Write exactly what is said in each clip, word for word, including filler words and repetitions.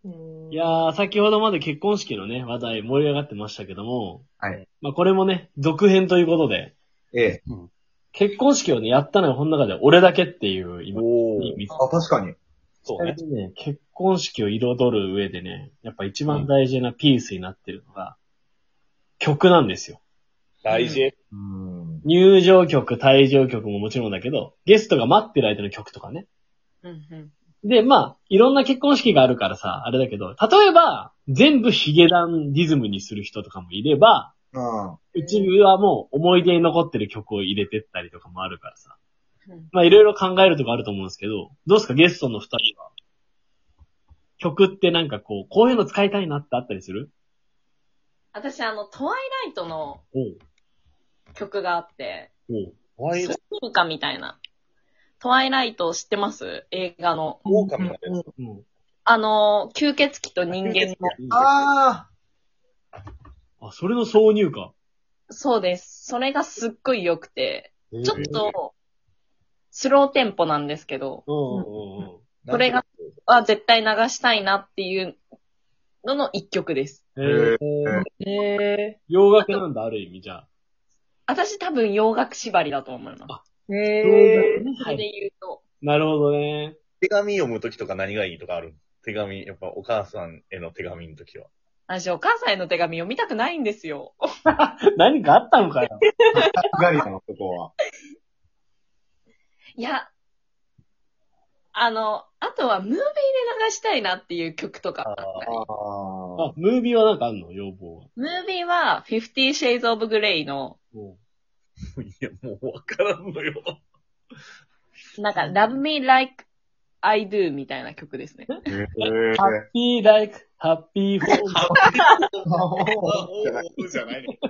うんいやー、先ほどまで結婚式のね、話題盛り上がってましたけども、 はい。 まあこれもね、続編ということで、 ええ。 結婚式をね、やったのがこの中で俺だけっていう、今、 おー。 見つあ、確かに。 そうね。 ね、結婚式を彩る上でね、やっぱ一番大事なピースになってるのが、曲なんですよ。 大事。 うん。 入場曲、退場曲ももちろんだけど、ゲストが待ってる間の曲とかね。 うんうんで、まあ、いろんな結婚式があるからさ、あれだけど、例えば、全部ヒゲダンディズムにする人とかもいれば、 うん。 うちはもう思い出に残ってる曲を入れてったりとかもあるからさ。 うんまあ、いろいろ考えるとこあると思うんですけど、どうですかゲストの二人は。曲ってなんかこう、こういうの使いたいなってあったりする？ 私、あの、トワイライトのおう。 曲があって、 おう。 ワイソニーカみたいな。トワイライト知ってます？映画の。 狼のやつ。 うん。 あの、吸血鬼と人間の。 ああ、それの挿入歌。 そうです。それがすっごい良くて、 ー。 ちょっと、スローテンポなんですけど、 うんうんうん。 それが、あ、絶対流したいなっていうのの一曲です。 へー。 へー。 洋楽なんだ、ある意味、じゃあ。 私多分洋楽縛りだと思います。 洋へ楽ね。 それで言うと。 なるほどね。 手紙読むときとか何がいいとかある？手紙、やっぱお母さんへの手紙のときは。 私、お母さんへの手紙読みたくないんですよ。 何かあったのかよ。 ガリアのとこは。 いや、あの、あとはムービーで流したいなっていう曲とか。 ああ。 あ、ムービーはなんかあんの要望は。 ムービーは、フィフティー Shades of Grey の、 いや、もうわからんのよ。 なんか、Love Me Like I Do みたいな曲ですね。 へえ。 ハッピーライク、ハッピーホーム。 おーじゃないの。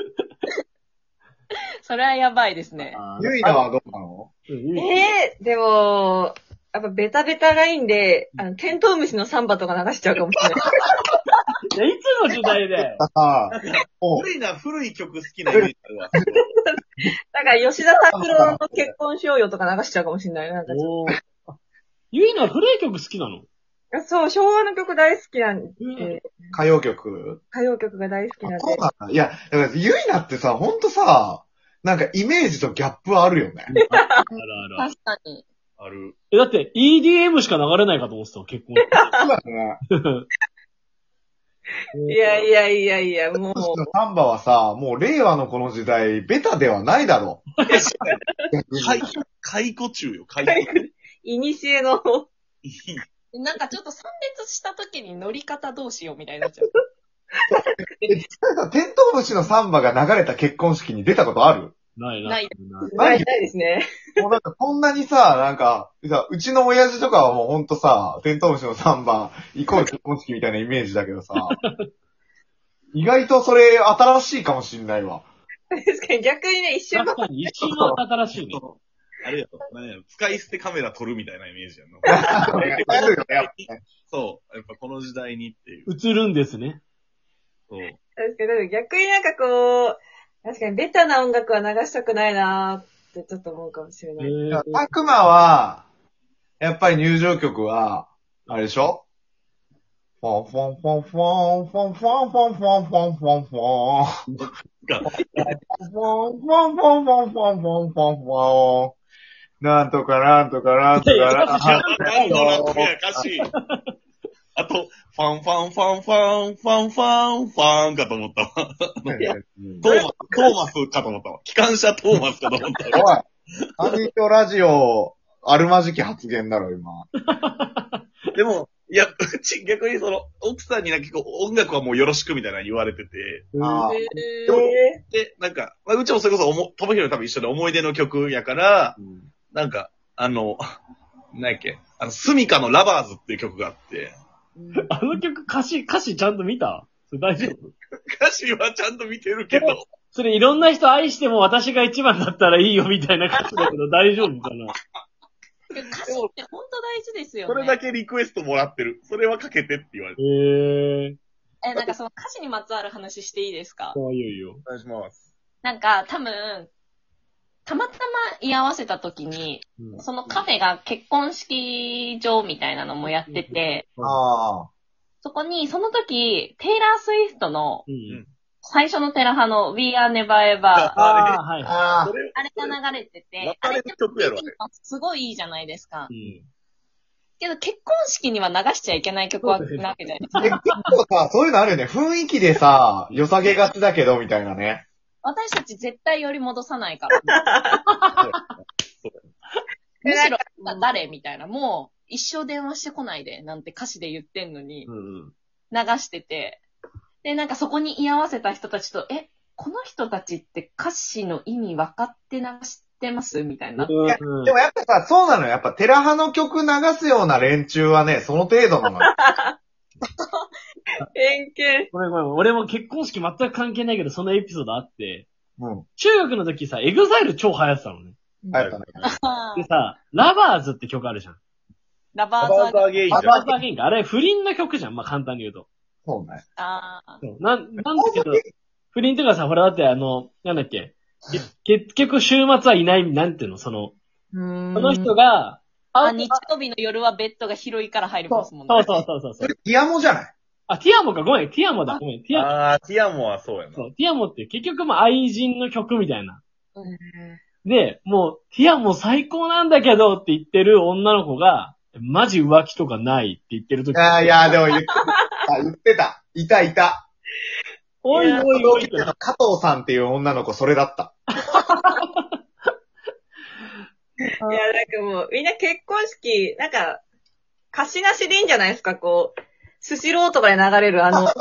それはやばいですね。 ゆいなはどうなの？ ええー、でも、やっぱベタベタがいいんで、あの、テントウムシのサンバとか流しちゃうかもしれない。 いや、いつの時代で。 ああ。お古いな、古い曲好きなイメージあるわ。 だから吉田拓郎の結婚しようよとか流しちゃうかもしれない。なんかちょっおー。ゆいな古い曲好きなの？ とそう、昭和の曲大好きなんうんで、 歌謡曲？ 歌謡曲が大好きなんで。 そうなんだ。いや、だからゆいなってさ、ほんとさ、なんかイメージとギャップあるよね。 あるあるある。 確かに。 ある。 え、だって イーディーエム しか流れないかと思ってたわ、結婚。 そうだね。 いやいやいやいや、もう、 サンバはさ、もう令和のこの時代、ベタではないだろう。 解、解雇中よ、解雇中。 いにしえの、 なんかちょっと参列した時に乗り方どうしようみたいになっちゃう。 テントウムシのサンバが流れた結婚式に出たことある？ ないな。 ないないないですね。 もうなんかこんなにさ、なんか、さうちの親父とかはもうほんとさ、テントウムシのサンバ、イコール結婚式みたいなイメージだけどさ、意外とそれ新しいかもしんないわ。 確かに逆にね、一瞬確かに一瞬は新しいね。 あれやろ、なんやろ、使い捨てカメラ撮るみたいなイメージやんの。 あるよね、やっぱね。 そう。やっぱこの時代にっていう。 映るんですね。 そう。 確かに、逆になんかこう、確かにベタな音楽は流したくないなーってちょっと思うかもしれない。 えー、 たくまは、やっぱり入場曲は、あれでしょ？フォンフォンフォンフォンフォンフォンフォンフォンフォンフォンフォン。 が、 フォンフォンフォンフォンフォンフォンフォンフォンフォン。なんとかなんとかなんとかなんとか。 何のなんとかやかしい。あと、ファンファンファンファンファンファンファンかと思ったわ。トーマス、トーマスかと思ったわ。機関車トーマスかと思ったわ。 おい、アニトラジオ、あるまじき発言だろ、今。 でも、いや、うち逆にその、奥さんになんか結構音楽はもうよろしくみたいなの言われてて、 ああ、 へで、なんか、まあ、うちもそれこそおも、ともひろと多分一緒で思い出の曲やから、なんか、あの、なんやっけ、あの、スミカのラバーズっていう曲があって、 あの曲歌詞、歌詞ちゃんと見た？それ大丈夫？ 歌詞はちゃんと見てるけど、 それいろんな人愛しても私が一番だったらいいよみたいな歌詞だけど大丈夫かな？ 歌詞って本当大事ですよね。 それだけリクエストもらってる。それはかけてって言われて。 へええ、なんかその歌詞にまつわる話していいですか？ ー。あ、いいよいいよ。 お願いします。 なんか多分、たまたま居合わせた時に、 うんそのカフェが結婚式場みたいなのもやってて、 ああ。 そこに、その時、テイラー・スウィフトのうん。 最初のテラハの We Are Never Ever、 ああ、はい。 あそれ、 あれが流れてて、 分かれる曲やろ、あれ。 すごいいいじゃないですかう。ん。 けど結婚式には流しちゃいけない曲はなわけじゃないですか。 え、結構さ、そういうのあるよね。雰囲気でさ、良さげがちだけど、みたいなね。 私たち絶対寄り戻さないから。むしろ、誰みたいな。もう、一生電話してこないで、なんて歌詞で言ってんのに、 うん。 流してて。で、なんかそこに居合わせた人たちと、え、この人たちって歌詞の意味分かって流してますみたいな。 うん。 でもやっぱさ、そうなのよ。やっぱテラハの曲流すような連中はね、その程度なのよ。 偏見。 ごめんごめん。俺も結婚式全く関係ないけど、そのエピソードあって、 うん。 中学の時さ、エグザイル超流行ってたのね。 あやったね。 でさ、ラバーズって曲あるじゃん。 ラバーアバウズザーゲインじゃん。 ラバーズアゲインか。あれ不倫の曲じゃん。まあ、簡単に言うと。 そうね。 あーそうなん、なんだけど、不倫とかさ、ほらだってあの、なんだっけ。け結局週末はいない、なんていうの、その、 うーん。 その人が、 あ、日曜日の夜はベッドが広いから入りますもんね。 そうそうそうそうそう。 それ、ティアモじゃない？ あ、ティアモか、ごめん、ティアモだ、ごめん、ティアモ。 あー、ティアモはそうやな。 そう、ティアモって結局もう愛人の曲みたいな。 うんで、もう、ティアモ最高なんだけどって言ってる女の子が、マジ浮気とかないって言ってる時。 ああ、いや、でも言ってた。言ってた。いたいた。 おいおいおいって。 同期の加藤さんっていう女の子、それだった。 いや、なんかもう、みんな結婚式、なんか、歌詞なしでいいんじゃないですか、こう、スシローとかで流れる、あの、スー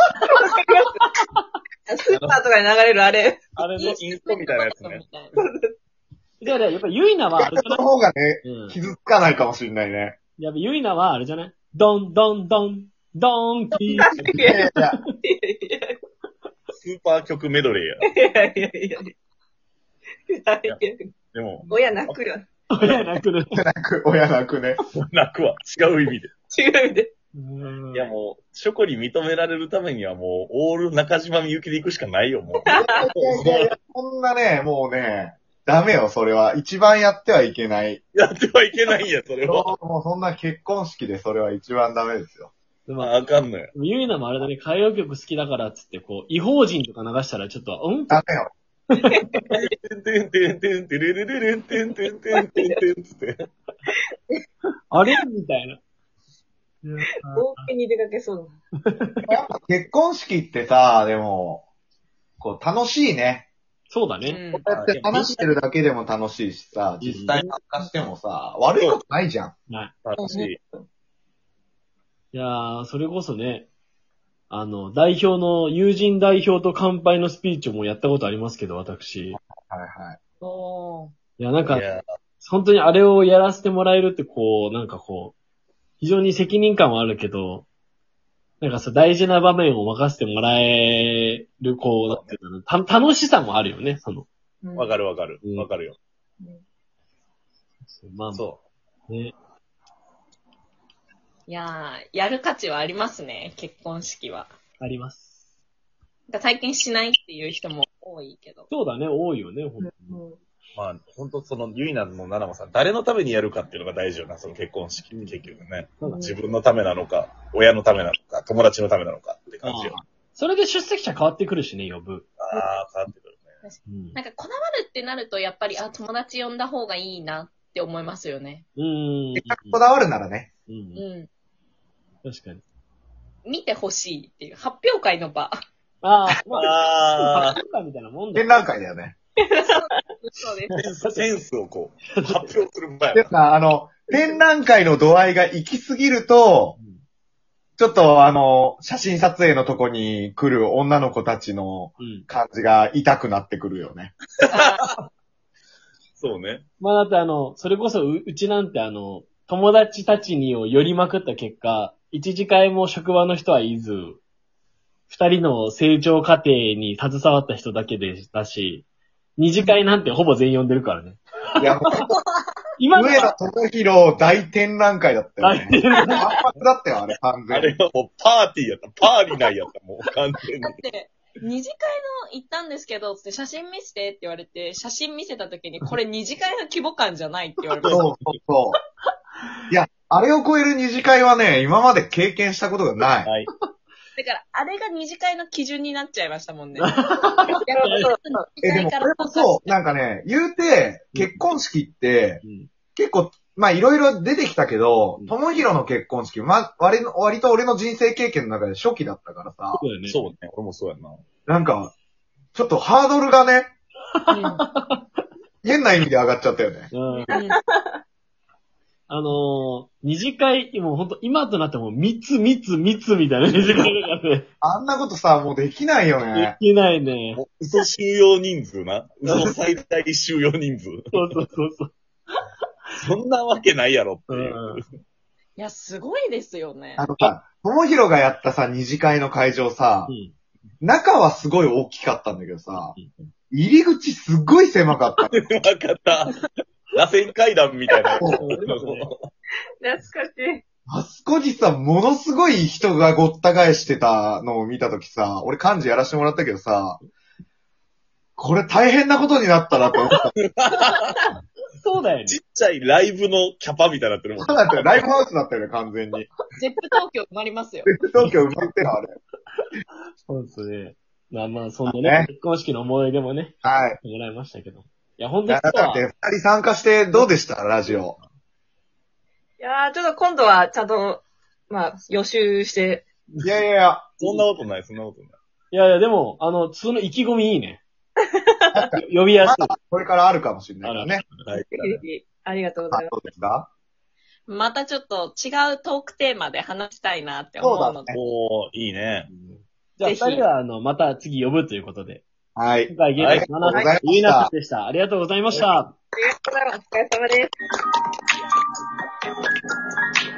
パーとかで流れるあれ。 あれね。 インストみたいなやつね。 じゃあね、やっぱユイナはあれじゃない？ その方がね、 うん。 傷つかないかもしれないね。 やっぱユイナはあれじゃない？ドンドンドン、ドンキー。 いやいやいや、 スーパー曲メドレーや。 いやいやいやいや。いやいやでも、 親泣くよ。 親泣くね。 泣く、親泣くね。 泣くわ。違う意味で。 違う意味で。 うんいやもう、ショコに認められるためにはもう、オール中島みゆきで行くしかないよ、もう。 いやいやいや、こんなね、もうね、ダメよ、それは。一番やってはいけない。 やってはいけないんや、それは。 もうそんな結婚式でそれは一番ダメですよ。 でもまあ、あかんのよ。 ユイナもあれだね、歌謡曲好きだからっつって、こう、違法人とか流したらちょっと、うんダメよ。 てんてんてんてんてんてれれれれんてんてんてんてんてんつって。 あれみたいな。 冒険に出かけそうやっぱ結婚式ってさ、でも、こう楽しいね。 だ。 そうだね。 うんこうやって話してるだけでも楽しいしさ、実際参加してもさ、悪いことないじゃん。 ない。 楽しい。 いやー、それこそね、あの、代表の、友人代表と乾杯のスピーチもやったことありますけど、私。いはいはい。 おーや、なんか、 いや、 本当にあれをやらせてもらえるって、こう、なんかこう、非常に責任感はあるけど、なんかさ、大事な場面を任せてもらえる、こう、なんていうのた、楽しさもあるよね、その。 な。 わかるわかるうん。 わかるよ。 まあ、 そね。 いやー、やる価値はありますね、結婚式は。 あります。 なんか体験しないっていう人も多いけど。 そうだね、多いよね、ほんとに。 うんう。まあ、ほんとその、ゆいなのななもさん、誰のためにやるかっていうのが大事よな、その結婚式、結局ね。 そうだね自分のためなのか、親のためなのか、友達のためなのかって感じよ。 それで出席者変わってくるしね、呼ぶ。 ああ、変わってくるね。 うん。 なんかこだわるってなると、やっぱり、あ、友達呼んだ方がいいなって思いますよね。 うーん。 こだわるならね。 うん。 うん。 確かに。 見てほしいっていう、発表会の場。 ああ、まあ、 あ発表会みたいなもんだ展覧会だよね。 そうであ、センス、センスをこう、発表する前でさ、あの、展覧会の度合いが行き過ぎると、 うんちょっとあの、写真撮影のとこに来る女の子たちのうん。 感じが痛くなってくるよね。 そうね。 まあだってあの、それこそう、うちなんてあの、友達たちにを寄りまくった結果、一次会も職場の人はいず、二人の成長過程に携わった人だけでしたし、二次会なんてほぼ全員呼んでるからね。 いや、もう今の上野は、 智弘大展覧会だったよね。 大展覧万発だったよ、あれ、完あ全に。 れはもうパーティーやった。パーリーないやった。もう完全にだ。って、二次会の行ったんですけど、つって写真見せてって言われて、写真見せた時に、これ二次会の規模感じゃないって言われました。 そうそうそう。いや、 あれを超える二次会はね、今まで経験したことがない。 はい。 だから、あれが二次会の基準になっちゃいましたもんね。 いや、そうそうえ、でもこれもそう、なんかね、言うて、結婚式って、 うん。 結構、まあいろいろ出てきたけどうん、 ともひろの結婚式、ま、割の割と俺の人生経験の中で初期だったからさ、 そうだよね。 そうね。俺もそうやな。 なんか、ちょっとハードルがね、変な意味で上がっちゃったよね。 うん。 うんあのー、二次会、もうほんと、今となっても密密密みたいな二次会だからね。 あんなことさ、もうできないよでね。 きないね。 もう嘘収容人数な。嘘の最大収容人数。 そうそうそうそう。 そんなわけないやろってういう。 ん。 いや、すごいですよね。 あのさ、ともひろがやったさ、二次会の会場さ、 うん中はすごい大きかったんだけどさ、 うん入り口すっごい狭かった。 わかった。螺旋階段みたいな。 懐かしい。 あそこにさ、ものすごい人がごった返してたのを見たときさ、俺幹事やらせてもらったけどさ、これ大変なことになったなって思った。 そうだよね。 ちっちゃいライブのキャパみたいになってるもん。 そうだったよ。ライブハウスだったよね、完全に。 ゼップ東京埋まりますよ。 東京埋まってるあれ。 そうですね。まあまあ、そんなねね、結婚式の思い出もね、 はい。 もらいましたけど。いや、ほんと今日は改めて二人参加してどうでしたラジオ。 いやー、ちょっと今度はちゃんと、まあ、予習して、 いやいやいや、 そんなことない、そんなことない。 いやいや、でも、あの、その意気込みいいね。呼びやすい。 これからあるかもしれないからね。 はい。 ありがとうござはいい、 まどうですかまたちょっと違うトークテーマで話したいなって思うので。 おー、いいね。 じゃあ、 ぜひ二人は、あの、また次呼ぶということで。 はい。 今回ゲはいストのありがとうございましたゆいなさんでした。ありがとうございました。 す。ありがとうございます。お疲れ様です。